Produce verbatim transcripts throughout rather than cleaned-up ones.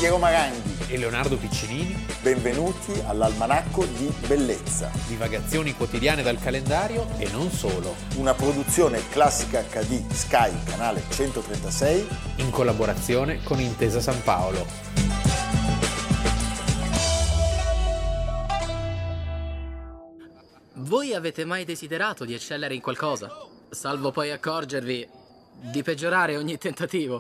Piero Maranghi e Leonardo Piccinini. Benvenuti all'Almanacco di Bellezza. Divagazioni quotidiane dal calendario e non solo. Una produzione Classica acca di Sky, canale centotrentasei. In collaborazione con Intesa San Paolo. Voi avete mai desiderato di eccellere in qualcosa, salvo poi accorgervi di peggiorare ogni tentativo?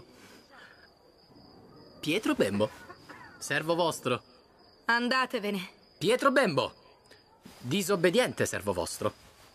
Pietro Bembo, servo vostro. Andatevene. Pietro Bembo, disobbediente servo vostro.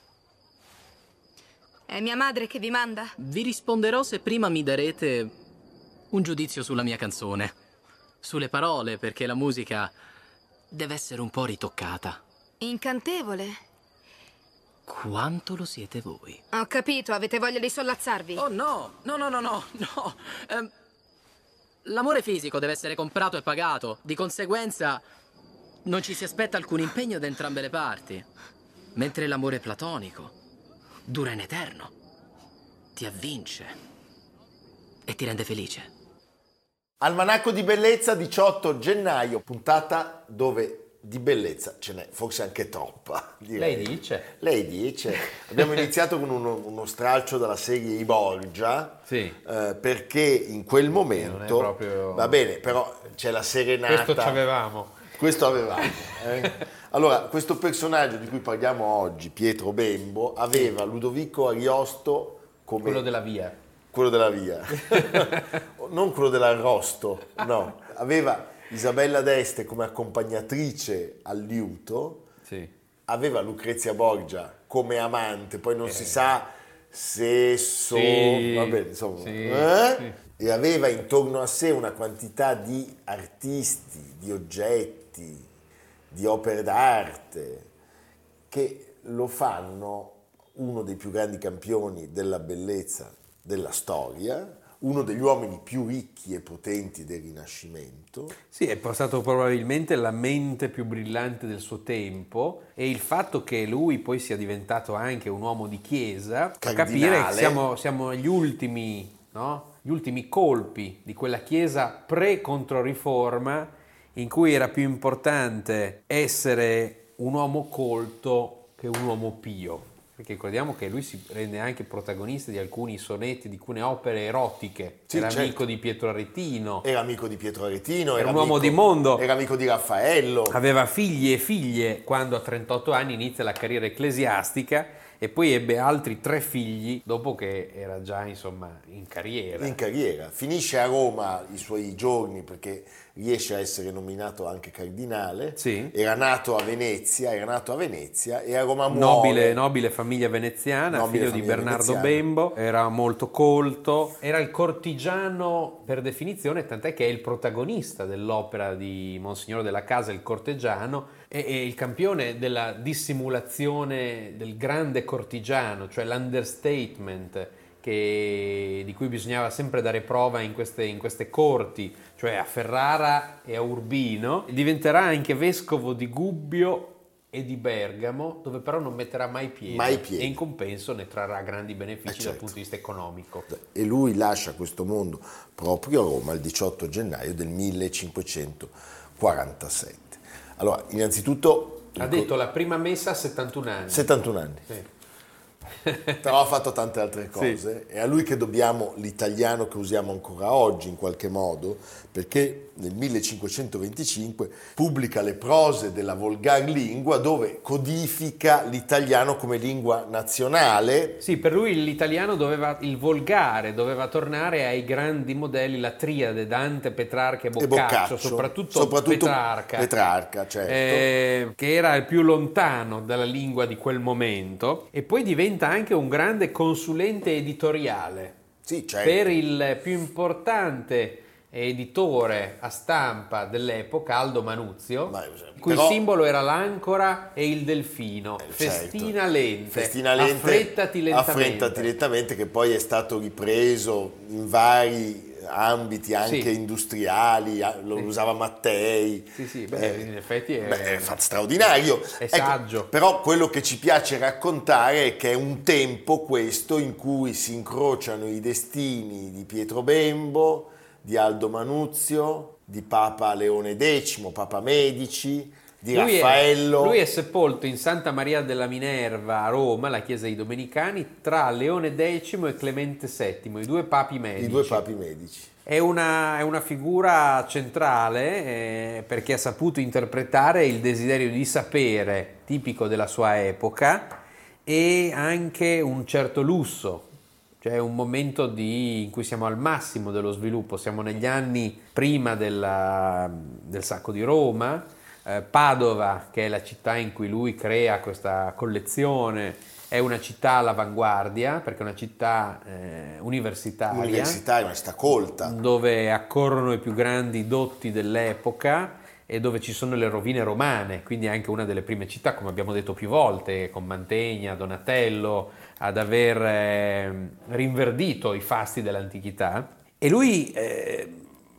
È mia madre che vi manda? Vi risponderò se prima mi darete un giudizio sulla mia canzone, sulle parole, perché la musica deve essere un po' ritoccata. Incantevole. Quanto lo siete voi? Ho capito, avete voglia di sollazzarvi. Oh no, no, no, no, no, no. Ehm, l'amore fisico deve essere comprato e pagato. Di conseguenza non ci si aspetta alcun impegno da entrambe le parti. Mentre l'amore platonico dura in eterno, ti avvince e ti rende felice. Almanacco di Bellezza, diciotto gennaio, puntata dove di bellezza ce n'è, forse anche troppa, direi. Lei dice? Lei dice. Abbiamo iniziato con uno, uno stralcio dalla serie I Borgia, sì. eh, perché in quel momento, non è proprio... va bene, però c'è la serenata. Questo ci avevamo. Questo avevamo. Eh? Allora, questo personaggio di cui parliamo oggi, Pietro Bembo, aveva Ludovico Ariosto come... Quello della via. Quello della via. Non quello dell'arrosto, no. Aveva Isabella d'Este come accompagnatrice al liuto, sì. Aveva Lucrezia Borgia come amante, poi non eh. si sa se so, sì. va bene, insomma, sì. Eh? Sì. E aveva intorno a sé una quantità di artisti, di oggetti, di opere d'arte che lo fanno uno dei più grandi campioni della bellezza della storia, uno degli uomini più ricchi e potenti del Rinascimento. Sì, è stato probabilmente la mente più brillante del suo tempo, e il fatto che lui poi sia diventato anche un uomo di chiesa fa capire che siamo, siamo agli ultimi, no? Gli ultimi colpi di quella chiesa pre-controriforma, in cui era più importante essere un uomo colto che un uomo pio. Perché ricordiamo che lui si rende anche protagonista di alcuni sonetti, di alcune opere erotiche. Sì, era certo. amico di Pietro Aretino. Era amico di Pietro Aretino. Era, era un uomo amico, di mondo. Era amico di Raffaello. Aveva figli e figlie quando a trentotto anni inizia la carriera ecclesiastica, e poi ebbe altri tre figli dopo che era già, insomma, in carriera. In carriera. Finisce a Roma i suoi giorni perché riesce a essere nominato anche cardinale. Sì. Era nato a Venezia, era nato a Venezia e a Roma muore. Nobile, nobile famiglia veneziana, nobile figlio famiglia di Bernardo veneziana. Bembo, era molto colto, era il cortigiano per definizione, tant'è che è il protagonista dell'opera di Monsignore della Casa, il corteggiano, e, e il campione della dissimulazione del grande cortigiano, cioè l'understatement, che, di cui bisognava sempre dare prova in queste, in queste corti, cioè a Ferrara e a Urbino. Diventerà anche vescovo di Gubbio e di Bergamo, dove però non metterà mai piede, mai piede. E in compenso ne trarrà grandi benefici eh certo. dal punto di vista economico. E lui lascia questo mondo proprio a Roma il diciotto gennaio del millecinquecentoquarantasette. Allora, innanzitutto... Ha detto la prima messa a settantuno anni. settantuno anni. Sì. Però ha fatto tante altre cose. Sì. È a lui che dobbiamo l'italiano che usiamo ancora oggi in qualche modo, perché nel millecinquecentoventicinque pubblica le prose della Volgar Lingua, dove codifica l'italiano come lingua nazionale. Sì, per lui l'italiano doveva, il volgare doveva tornare ai grandi modelli, la triade Dante, Petrarca e Boccaccio, e Boccaccio soprattutto, soprattutto Petrarca, Petrarca certo. eh, che era il più lontano dalla lingua di quel momento, e poi diventa anche un grande consulente editoriale. Sì, certo. Per il più importante editore a stampa dell'epoca, Aldo Manuzio, Ma, il cui però, simbolo era l'ancora e il delfino. Eh, Festina, certo. lente, Festina lente, affrettati lentamente. affrettati lentamente, che poi è stato ripreso in vari ambiti anche sì. industriali, lo sì. usava Mattei. Sì, sì, beh, eh, in effetti è, beh, è straordinario. È ecco, saggio. Però quello che ci piace raccontare è che è un tempo questo in cui si incrociano i destini di Pietro Bembo, di Aldo Manuzio, di Papa Leone decimo, Papa Medici, di lui Raffaello. È, lui è sepolto in Santa Maria della Minerva a Roma, la chiesa dei Domenicani, tra Leone decimo e Clemente settimo, i due papi medici. I due papi medici. È una, è una figura centrale eh, perché ha saputo interpretare il desiderio di sapere tipico della sua epoca e anche un certo lusso. Cioè un momento di, in cui siamo al massimo dello sviluppo, siamo negli anni prima della, del sacco di Roma, eh, Padova, che è la città in cui lui crea questa collezione, è una città all'avanguardia, perché è una città eh, universitaria, universitaria, una città colta, dove accorrono i più grandi dotti dell'epoca e dove ci sono le rovine romane, quindi è anche una delle prime città, come abbiamo detto più volte, con Mantegna, Donatello, ad aver eh, rinverdito i fasti dell'antichità. E lui eh,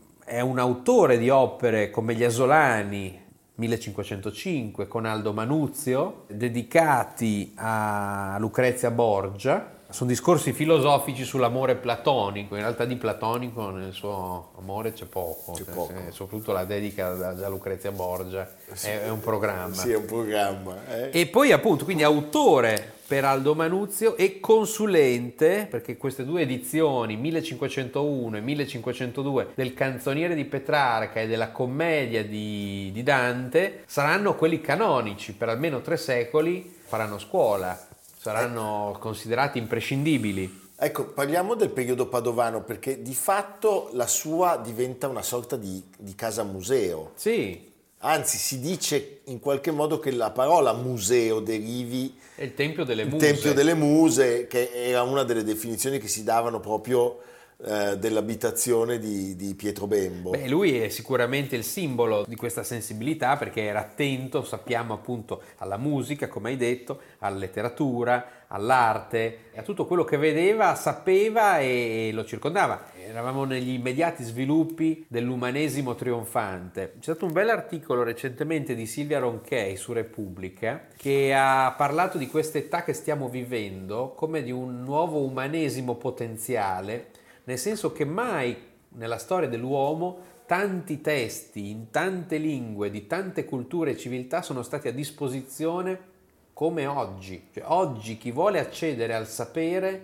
è un autore di opere come Gli Asolani, millecinquecentocinque, con Aldo Manuzio, dedicati a Lucrezia Borgia. Sono discorsi filosofici sull'amore platonico, in realtà di platonico nel suo amore c'è poco, c'è cioè, poco. Se, soprattutto la dedica da, da Lucrezia Borgia, sì, è, è un programma. Sì, è un programma. Eh. E poi appunto, quindi autore per Aldo Manuzio e consulente, perché queste due edizioni, millecinquecentouno e millecinquecentodue, del Canzoniere di Petrarca e della Commedia di, di Dante, saranno quelli canonici, per almeno tre secoli faranno scuola. Saranno considerati imprescindibili. Ecco, parliamo del periodo padovano, perché di fatto la sua diventa una sorta di, di casa museo. Sì. Anzi, si dice in qualche modo che la parola museo derivi... È il Tempio delle il Muse. Tempio delle Muse, che era una delle definizioni che si davano proprio eh, dell'abitazione di, di Pietro Bembo. Beh, lui è sicuramente il simbolo di questa sensibilità, perché era attento, sappiamo appunto, alla musica, come hai detto, alla letteratura, all'arte, a tutto quello che vedeva, sapeva e lo circondava. Eravamo negli immediati sviluppi dell'umanesimo trionfante. C'è stato un bel articolo recentemente di Silvia Ronchey su Repubblica che ha parlato di questa età che stiamo vivendo come di un nuovo umanesimo potenziale, nel senso che mai nella storia dell'uomo tanti testi in tante lingue di tante culture e civiltà sono stati a disposizione come oggi. Cioè, oggi chi vuole accedere al sapere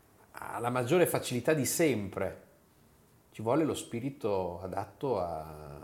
ha la maggiore facilità di sempre. Ci vuole lo spirito adatto a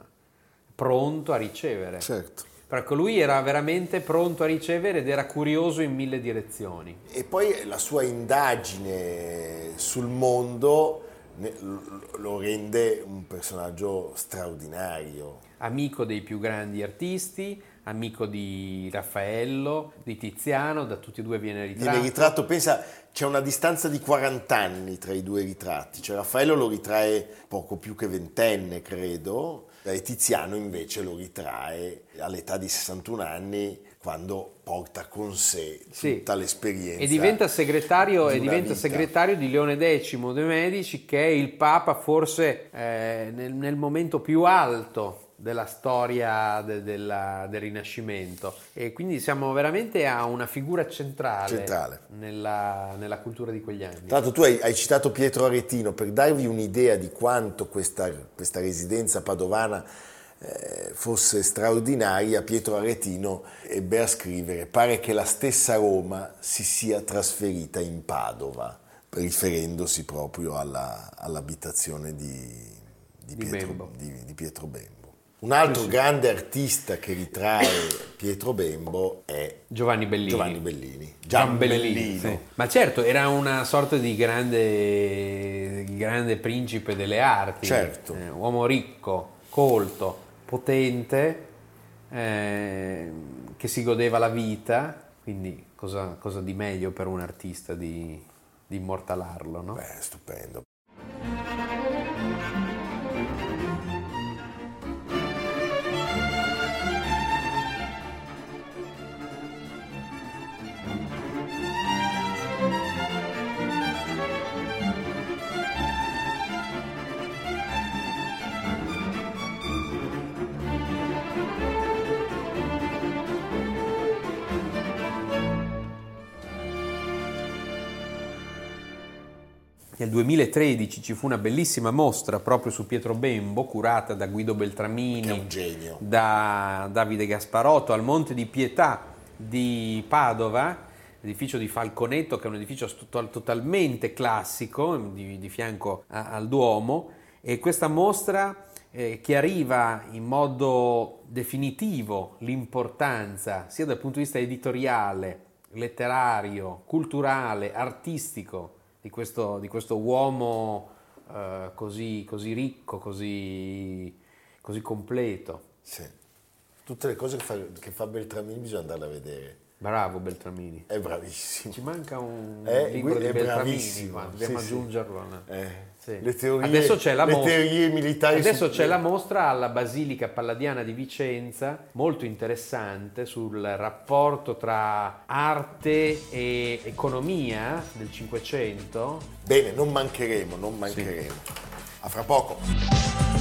pronto a ricevere. Certo. Perché lui era veramente pronto a ricevere ed era curioso in mille direzioni. E poi la sua indagine sul mondo lo rende un personaggio straordinario. Amico dei più grandi artisti, amico di Raffaello, di Tiziano, da tutti e due viene ritratto. Viene ritratto, pensa, c'è una distanza di quaranta anni tra i due ritratti, cioè Raffaello lo ritrae poco più che ventenne, credo, e Tiziano invece lo ritrae all'età di sessantuno anni, quando porta con sé tutta sì. l'esperienza. E diventa segretario, e diventa segretario di Leone decimo dei Medici, che è il Papa forse eh, nel, nel momento più alto della storia de, della, del Rinascimento, e quindi siamo veramente a una figura centrale, centrale. Nella, nella cultura di quegli anni. Tra l'altro tu hai, hai citato Pietro Aretino, per darvi un'idea di quanto questa, questa residenza padovana eh, fosse straordinaria. Pietro Aretino ebbe a scrivere: pare che la stessa Roma si sia trasferita in Padova, riferendosi proprio alla, all'abitazione di, di, di, Pietro, Bembo. Di, di Pietro Bembo. Un altro sì. grande artista che ritrae Pietro Bembo è Giovanni Bellini. Giovanni Bellini. Gian Bellini, sì. Ma certo, era una sorta di grande, grande principe delle arti, certo. eh, uomo ricco, colto, potente, eh, che si godeva la vita, quindi cosa, cosa di meglio per un artista di, di immortalarlo, no? Beh, stupendo. nel duemilatredici ci fu una bellissima mostra proprio su Pietro Bembo, curata da Guido Beltramini, che è un genio, da Davide Gasparotto, al Monte di Pietà di Padova, l'edificio di Falconetto, che è un edificio totalmente classico, di, di fianco a, al Duomo, e questa mostra eh, chiariva in modo definitivo l'importanza, sia dal punto di vista editoriale, letterario, culturale, artistico, di questo, di questo uomo eh, così, così ricco, così, così completo. Sì. Tutte le cose che fa, che fa Beltramini bisogna andarle a vedere. Bravo Beltramini. È bravissimo. Ci manca un è, libro è di Beltramini, bravissimo. ma dobbiamo sì, aggiungerlo. Sì. Eh, sì. Le teorie, adesso c'è la le mostra, teorie militari. adesso su... c'è la mostra alla Basilica Palladiana di Vicenza, molto interessante, sul rapporto tra arte e economia del Cinquecento. Bene, non mancheremo, non mancheremo. Sì. A fra poco.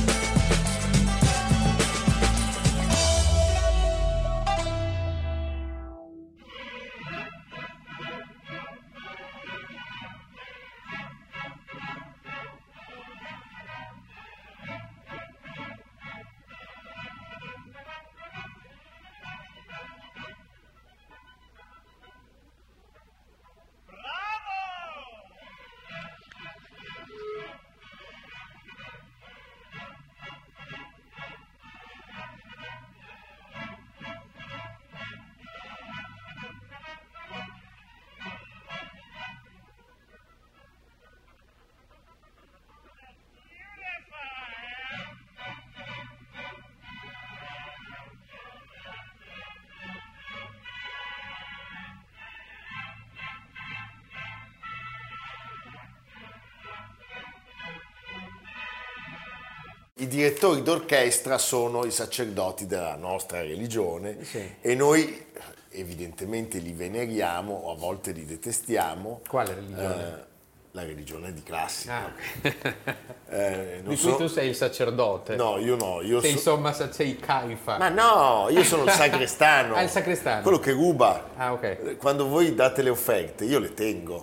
I direttori d'orchestra sono i sacerdoti della nostra religione, sì. E noi evidentemente li veneriamo o a volte li detestiamo. Quale religione? Eh, la religione di classica. Ah, okay. eh, non di so... cui tu sei il sacerdote. No, io no. Io sei so... insomma sei Caifa. Ma no, io sono il sagrestano. Ah, il sagrestano. Quello che ruba. Ah, ok. Quando voi date le offerte, io le tengo.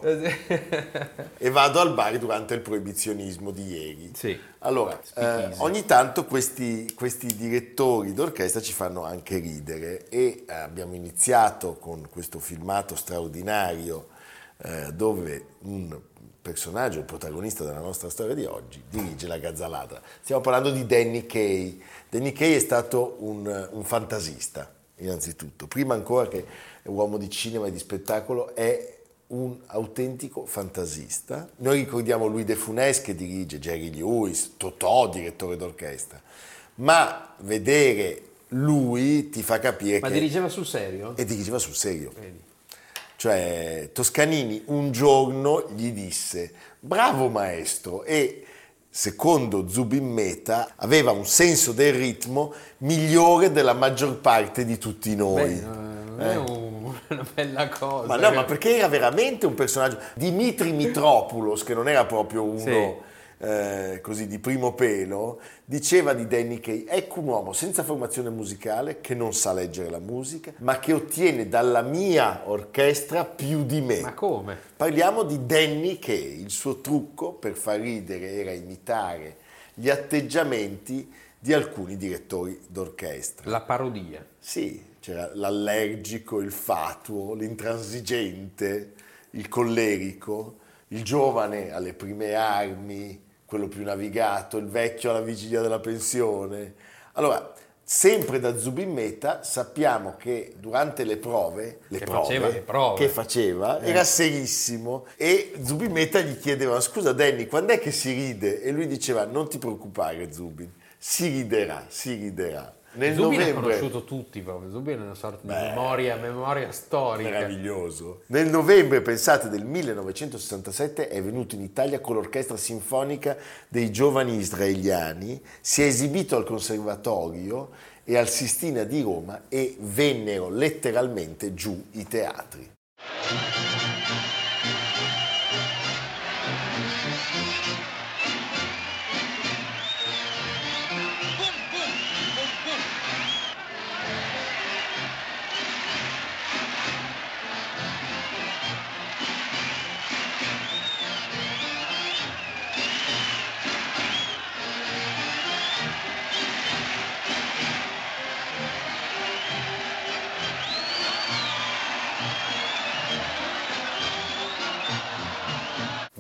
E vado al bar durante il proibizionismo di ieri. Sì. Allora, eh, ogni tanto questi, questi direttori d'orchestra ci fanno anche ridere e eh, abbiamo iniziato con questo filmato straordinario eh, dove un personaggio, il protagonista della nostra storia di oggi, dirige la Gazzaladra. Stiamo parlando di Danny Kaye. Danny Kaye è stato un, un fantasista, innanzitutto. Prima ancora che uomo di cinema e di spettacolo, è un autentico fantasista. Noi ricordiamo Louis de Funès che dirige, Jerry Lewis, Totò, direttore d'orchestra. Ma vedere lui ti fa capire Ma che... Ma dirigeva sul serio? E dirigeva sul serio. Vedi. Cioè, Toscanini un giorno gli disse bravo maestro, e secondo Zubin Mehta aveva un senso del ritmo migliore della maggior parte di tutti noi. Beh, non è un, una bella cosa. Ma no, ma perché era veramente un personaggio. Dimitri Mitropoulos, che non era proprio uno sì. eh, così di primo pelo, diceva di Danny Kaye: ecco un uomo senza formazione musicale, che non sa leggere la musica, ma che ottiene dalla mia orchestra più di me. Ma come? Parliamo di Danny Kaye. Il suo trucco per far ridere era imitare gli atteggiamenti di alcuni direttori d'orchestra. La parodia. Sì, c'era l'allergico, il fatuo, l'intransigente, il collerico, il giovane alle prime armi, quello più navigato, il vecchio alla vigilia della pensione. Allora, sempre da Zubin Mehta sappiamo che durante le prove, le che prove, faceva le prove, che faceva, eh. era serissimo, e Zubin Mehta gli chiedeva: scusa Danny, quando è che si ride? E lui diceva: non ti preoccupare Zubin, si riderà, si riderà. Nel Zubin novembre... ha conosciuto tutti proprio, Zubin è una sorta di Beh, memoria, memoria storica. Meraviglioso. Nel novembre, pensate, del millenovecentosessantasette è venuto in Italia con l'Orchestra Sinfonica dei Giovani Israeliani, si è esibito al Conservatorio e al Sistina di Roma e vennero letteralmente giù i teatri.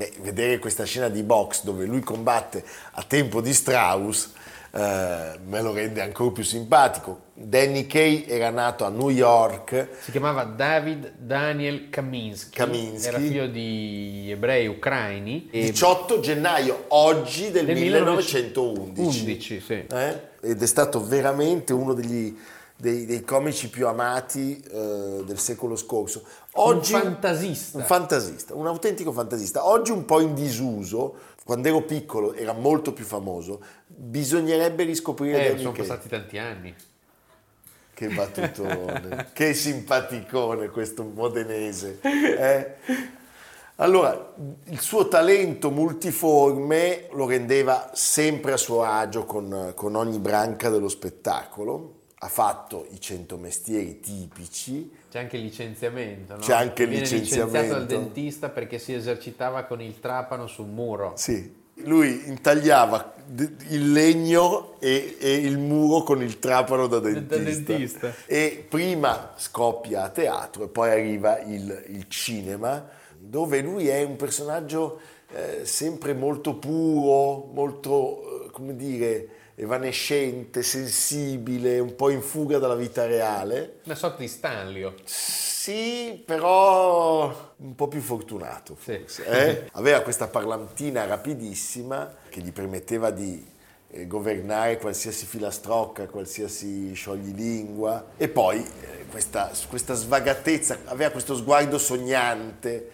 E vedere questa scena di box dove lui combatte a tempo di Strauss eh, me lo rende ancora più simpatico. Danny Kaye era nato a New York. Si chiamava David Daniel Kaminsky, Kaminsky. Era figlio di ebrei ucraini. E diciotto gennaio oggi del, del millenovecentoundici. undici, sì. Eh? Ed è stato veramente uno degli, dei, dei comici più amati eh, del secolo scorso. Oggi, un fantasista. Un fantasista, un autentico fantasista. Oggi un po' in disuso. Quando ero piccolo era molto più famoso. Bisognerebbe riscoprire Eh, Danny sono Kaye. passati tanti anni. Che battutone, che simpaticone questo modenese. Eh? Allora, il suo talento multiforme lo rendeva sempre a suo agio con, con ogni branca dello spettacolo. Ha fatto i cento mestieri tipici. C'è anche il licenziamento, no? C'è anche il Viene licenziamento. licenziato dal dentista perché si esercitava con il trapano sul muro. Sì, lui intagliava il legno e, e il muro con il trapano da dentista. Da dentista. E prima scoppia a teatro e poi arriva il, il cinema, dove lui è un personaggio eh, sempre molto puro, molto, eh, come dire, evanescente, sensibile, un po' in fuga dalla vita reale. Una sorta di Stanlio. Sì, però un po' più fortunato. Sì. Eh? Aveva questa parlantina rapidissima che gli permetteva di eh, governare qualsiasi filastrocca, qualsiasi scioglilingua. E poi eh, questa, questa svagatezza, aveva questo sguardo sognante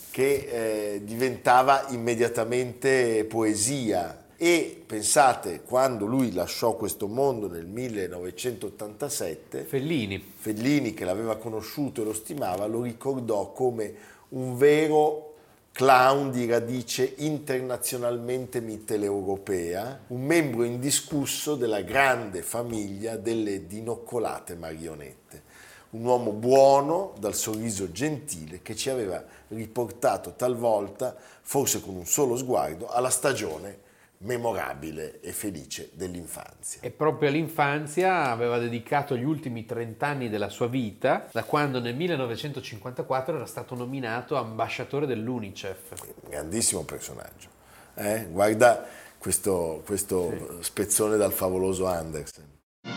che eh, diventava immediatamente poesia. E pensate, quando lui lasciò questo mondo nel millenovecentottantasette, Fellini. Fellini, che l'aveva conosciuto e lo stimava, lo ricordò come un vero clown di radice internazionalmente mitteleuropea, un membro indiscusso della grande famiglia delle dinoccolate marionette. Un uomo buono, dal sorriso gentile, che ci aveva riportato talvolta, forse con un solo sguardo, alla stagione memorabile e felice dell'infanzia. E proprio all'infanzia aveva dedicato gli ultimi trent'anni della sua vita, da quando nel millenovecentocinquantaquattro era stato nominato ambasciatore dell'UNICEF. Grandissimo personaggio. Eh? Guarda questo, questo sì. spezzone dal favoloso Andersen.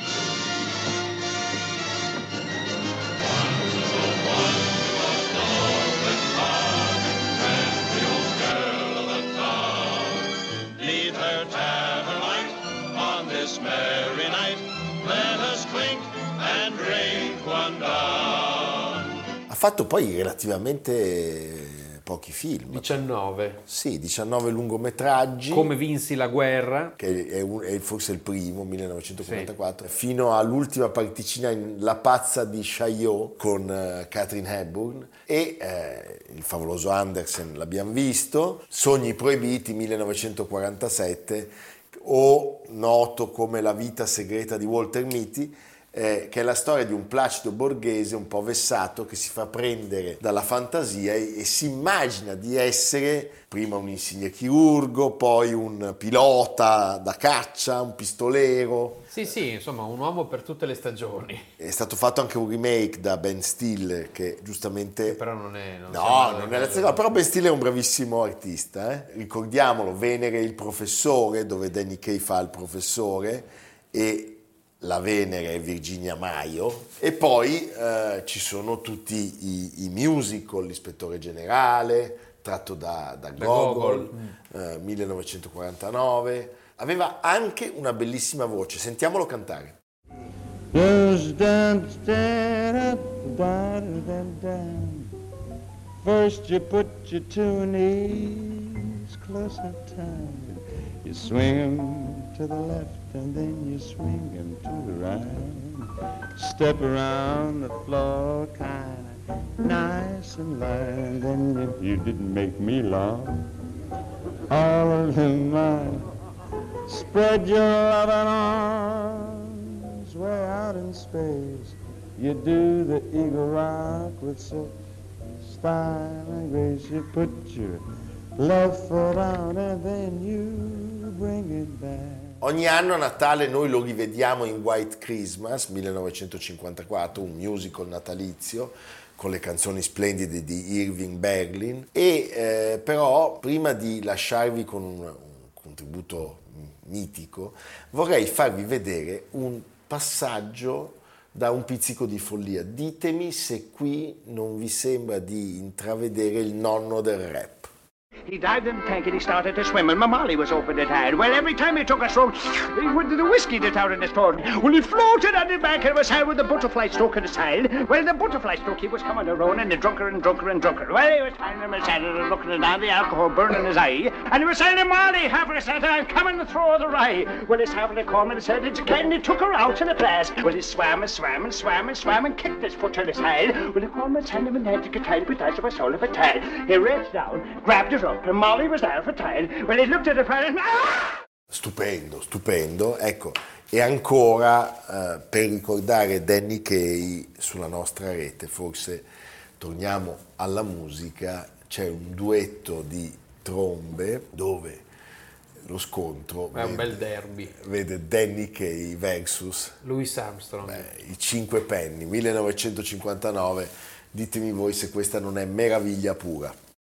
Ha fatto poi relativamente pochi film. diciannove. Sì, diciannove lungometraggi. Come vinsi la guerra. Che è, un, è forse il primo, millenovecentoquarantaquattro. Sì. Fino all'ultima particina in La pazza di Chaillot con uh, Katharine Hepburn. E eh, il favoloso Andersen l'abbiamo visto. Sogni proibiti, millenovecentoquarantasette. O noto come La vita segreta di Walter Mitty, eh, che è la storia di un placido borghese un po' vessato che si fa prendere dalla fantasia e, e si immagina di essere prima un insigne chirurgo, poi un pilota da caccia, un pistolero. Sì, sì, insomma, un uomo per tutte le stagioni. È stato fatto anche un remake da Ben Stiller, che giustamente... Che però non è... Non no, non è la stessa, però Ben Stiller è un bravissimo artista. Eh? Ricordiamolo, Venere il professore, dove Danny Kaye fa il professore, e la Venere è Virginia Maio. E poi eh, ci sono tutti i, i musical, l'Ispettore Generale, tratto da, da, da Gogol, Gogol. Eh, millenovecentoquarantanove. Aveva anche una bellissima voce, sentiamolo cantare. First you put your two knees closer tight, you swing 'em to the left and then you swing 'em to the right, step around the floor kinda nice and light, then you, you didn't make me laugh all in mine. Spread your loving arms way out in space. You do the eagle rock with such style and grace. You put your left foot on and then you bring it back. Ogni anno a Natale noi lo rivediamo in White Christmas, millenovecentocinquantaquattro, un musical natalizio, con le canzoni splendide di Irving Berlin. E eh, però prima di lasciarvi con un, un contributo mitico, vorrei farvi vedere un passaggio da Un pizzico di follia. Ditemi se qui non vi sembra di intravedere il nonno del rap. He dived in the tank and he started to swim, and my Molly was open to tide. Well, every time he took a stroke, he went to the whiskey that's out in his throat. Well, he floated on his back and was held with the butterfly stroke at his side. Well, the butterfly stroke, he was coming around, and the drunker and drunker and drunker. Well, he was tying him aside and looking down, the alcohol burning his eye. And he was saying, Molly, have a set, I'm coming to throw the rye. Well, his having to call and said, it's again, he took her out in a glass. Well, he swam and swam and swam and swam and kicked his foot to the side. Well, he called and sent him and had to get tied with that of a soul of a tide. He reached down, grabbed it up, and Molly was there for tide. Well, he looked at the fire and... Ah! Stupendo, stupendo, ecco, e ancora eh, per ricordare Danny Kaye sulla nostra rete, forse torniamo alla musica, c'è un duetto di trombe dove lo scontro è un bel derby, vede Danny Kaye versus Louis Armstrong, beh, i Cinque Penny, millenovecentocinquantanove. Ditemi voi se questa non è meraviglia pura.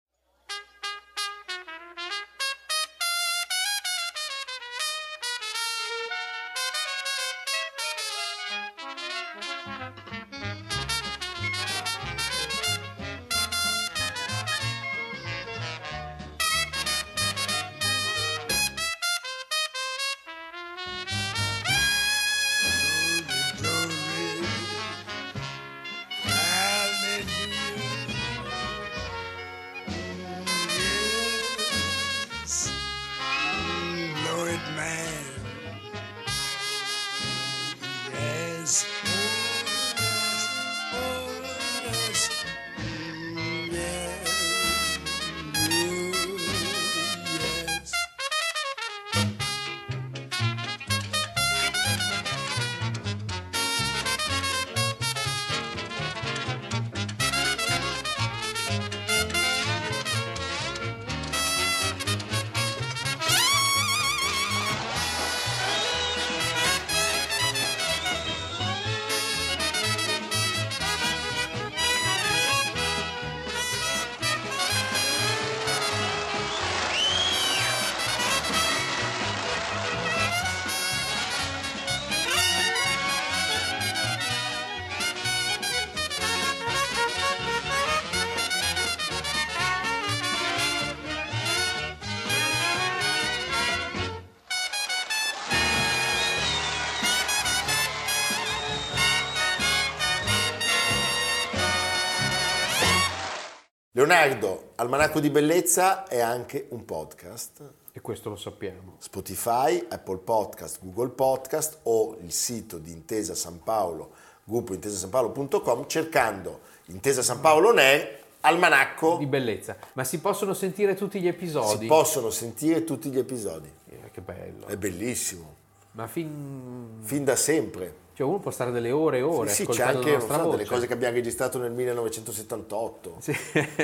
Leonardo, Almanacco di Bellezza è anche un podcast. E questo lo sappiamo. Spotify, Apple Podcast, Google Podcast o il sito di Intesa San Paolo, gruppo intesa san paolo punto com, cercando Intesa San Paolo on Air, Almanacco di Bellezza. Ma si possono sentire tutti gli episodi? Si possono sentire tutti gli episodi. Eh, che bello. È bellissimo. Ma fin... fin da sempre. Cioè uno può stare delle ore e ore sì, sì, ascoltando c'è anche, la nostra non so, voce. delle cose che abbiamo registrato nel millenovecentosettantotto. Sì.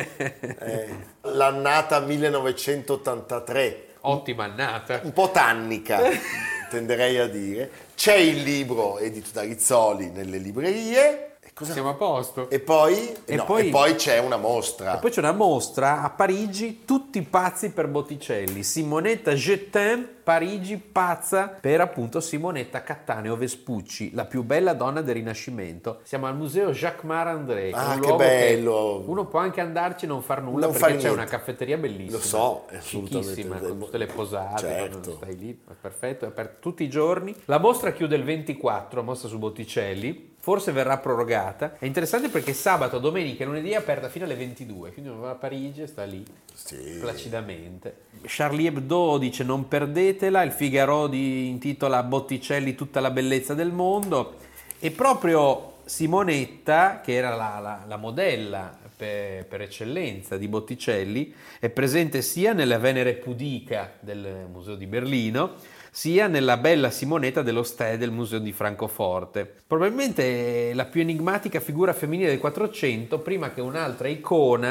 eh, l'annata millenovecentottantatré. Ottima annata. Un po' tannica, tenderei a dire. C'è il libro edito da Rizzoli nelle librerie. Cosa? Siamo a posto. E poi, e, no, poi, e poi c'è una mostra. E poi c'è una mostra a Parigi, tutti pazzi per Botticelli. Simonetta Je t'aime, Parigi pazza per appunto Simonetta Cattaneo Vespucci, la più bella donna del Rinascimento. Siamo al museo Jacquemart-André. Ah, che bello! Che uno può anche andarci e non far nulla, non perché c'è c'è una caffetteria bellissima. Lo so, è fichissima, con tutte le posate, certo. Stai lì, è perfetto, è per tutti i giorni. La mostra chiude il ventiquattro, mostra su Botticelli. Forse verrà prorogata. È interessante perché sabato, domenica e lunedì è aperta fino alle ventidue, quindi uno va a Parigi e sta lì sì. placidamente. Charlie Hebdo dice non perdetela, il Figaro di, intitola Botticelli tutta la bellezza del mondo, e proprio Simonetta, che era la, la, la modella per, per eccellenza di Botticelli, è presente sia nella Venere pudica del Museo di Berlino, sia nella bella Simonetta dello Ste del Museo di Francoforte. Probabilmente la più enigmatica figura femminile del Quattrocento, prima che un'altra icona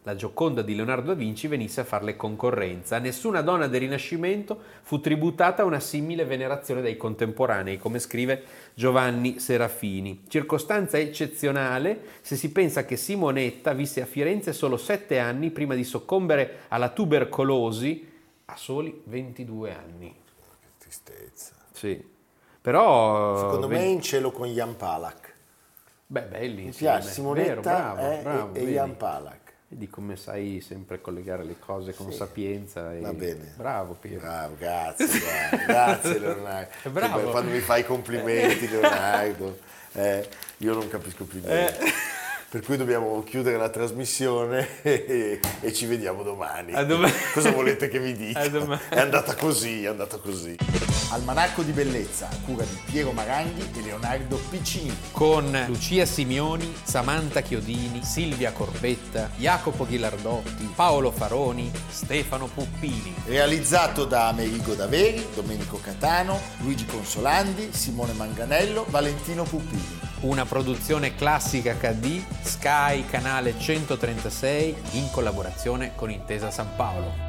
la Gioconda di Leonardo da Vinci venisse a farle concorrenza. Nessuna donna del Rinascimento fu tributata a una simile venerazione dai contemporanei, come scrive Giovanni Serafini. Circostanza eccezionale se si pensa che Simonetta visse a Firenze solo sette anni prima di soccombere alla tubercolosi a soli ventidue anni. Che tristezza. Sì. Però secondo me è in cielo con Jan Palach. Beh, belli. Mi piace Simonetta vero, bravo, è, bravo, e, e Jan Palach. Vedi come sai sempre collegare le cose con sì, sapienza. E... Va bene. Bravo Piero. Bravo, grazie, grazie, grazie Leonardo. Bravo. Quando mi fai i complimenti Leonardo, eh, io non capisco più niente. Eh. Per cui dobbiamo chiudere la trasmissione e, e ci vediamo domani. domani. Cosa volete che vi dica? È andata così, è andata così. Almanacco di bellezza, a cura di Piero Maranghi e Leonardo Piccini. Con Lucia Simioni, Samantha Chiodini, Silvia Corbetta, Jacopo Ghilardotti, Paolo Faroni, Stefano Puppini. Realizzato da Amerigo Daveri, Domenico Catano, Luigi Consolandi, Simone Manganello, Valentino Puppini. Una produzione Classica acca di, Sky, canale centotrentasei, in collaborazione con Intesa San Paolo.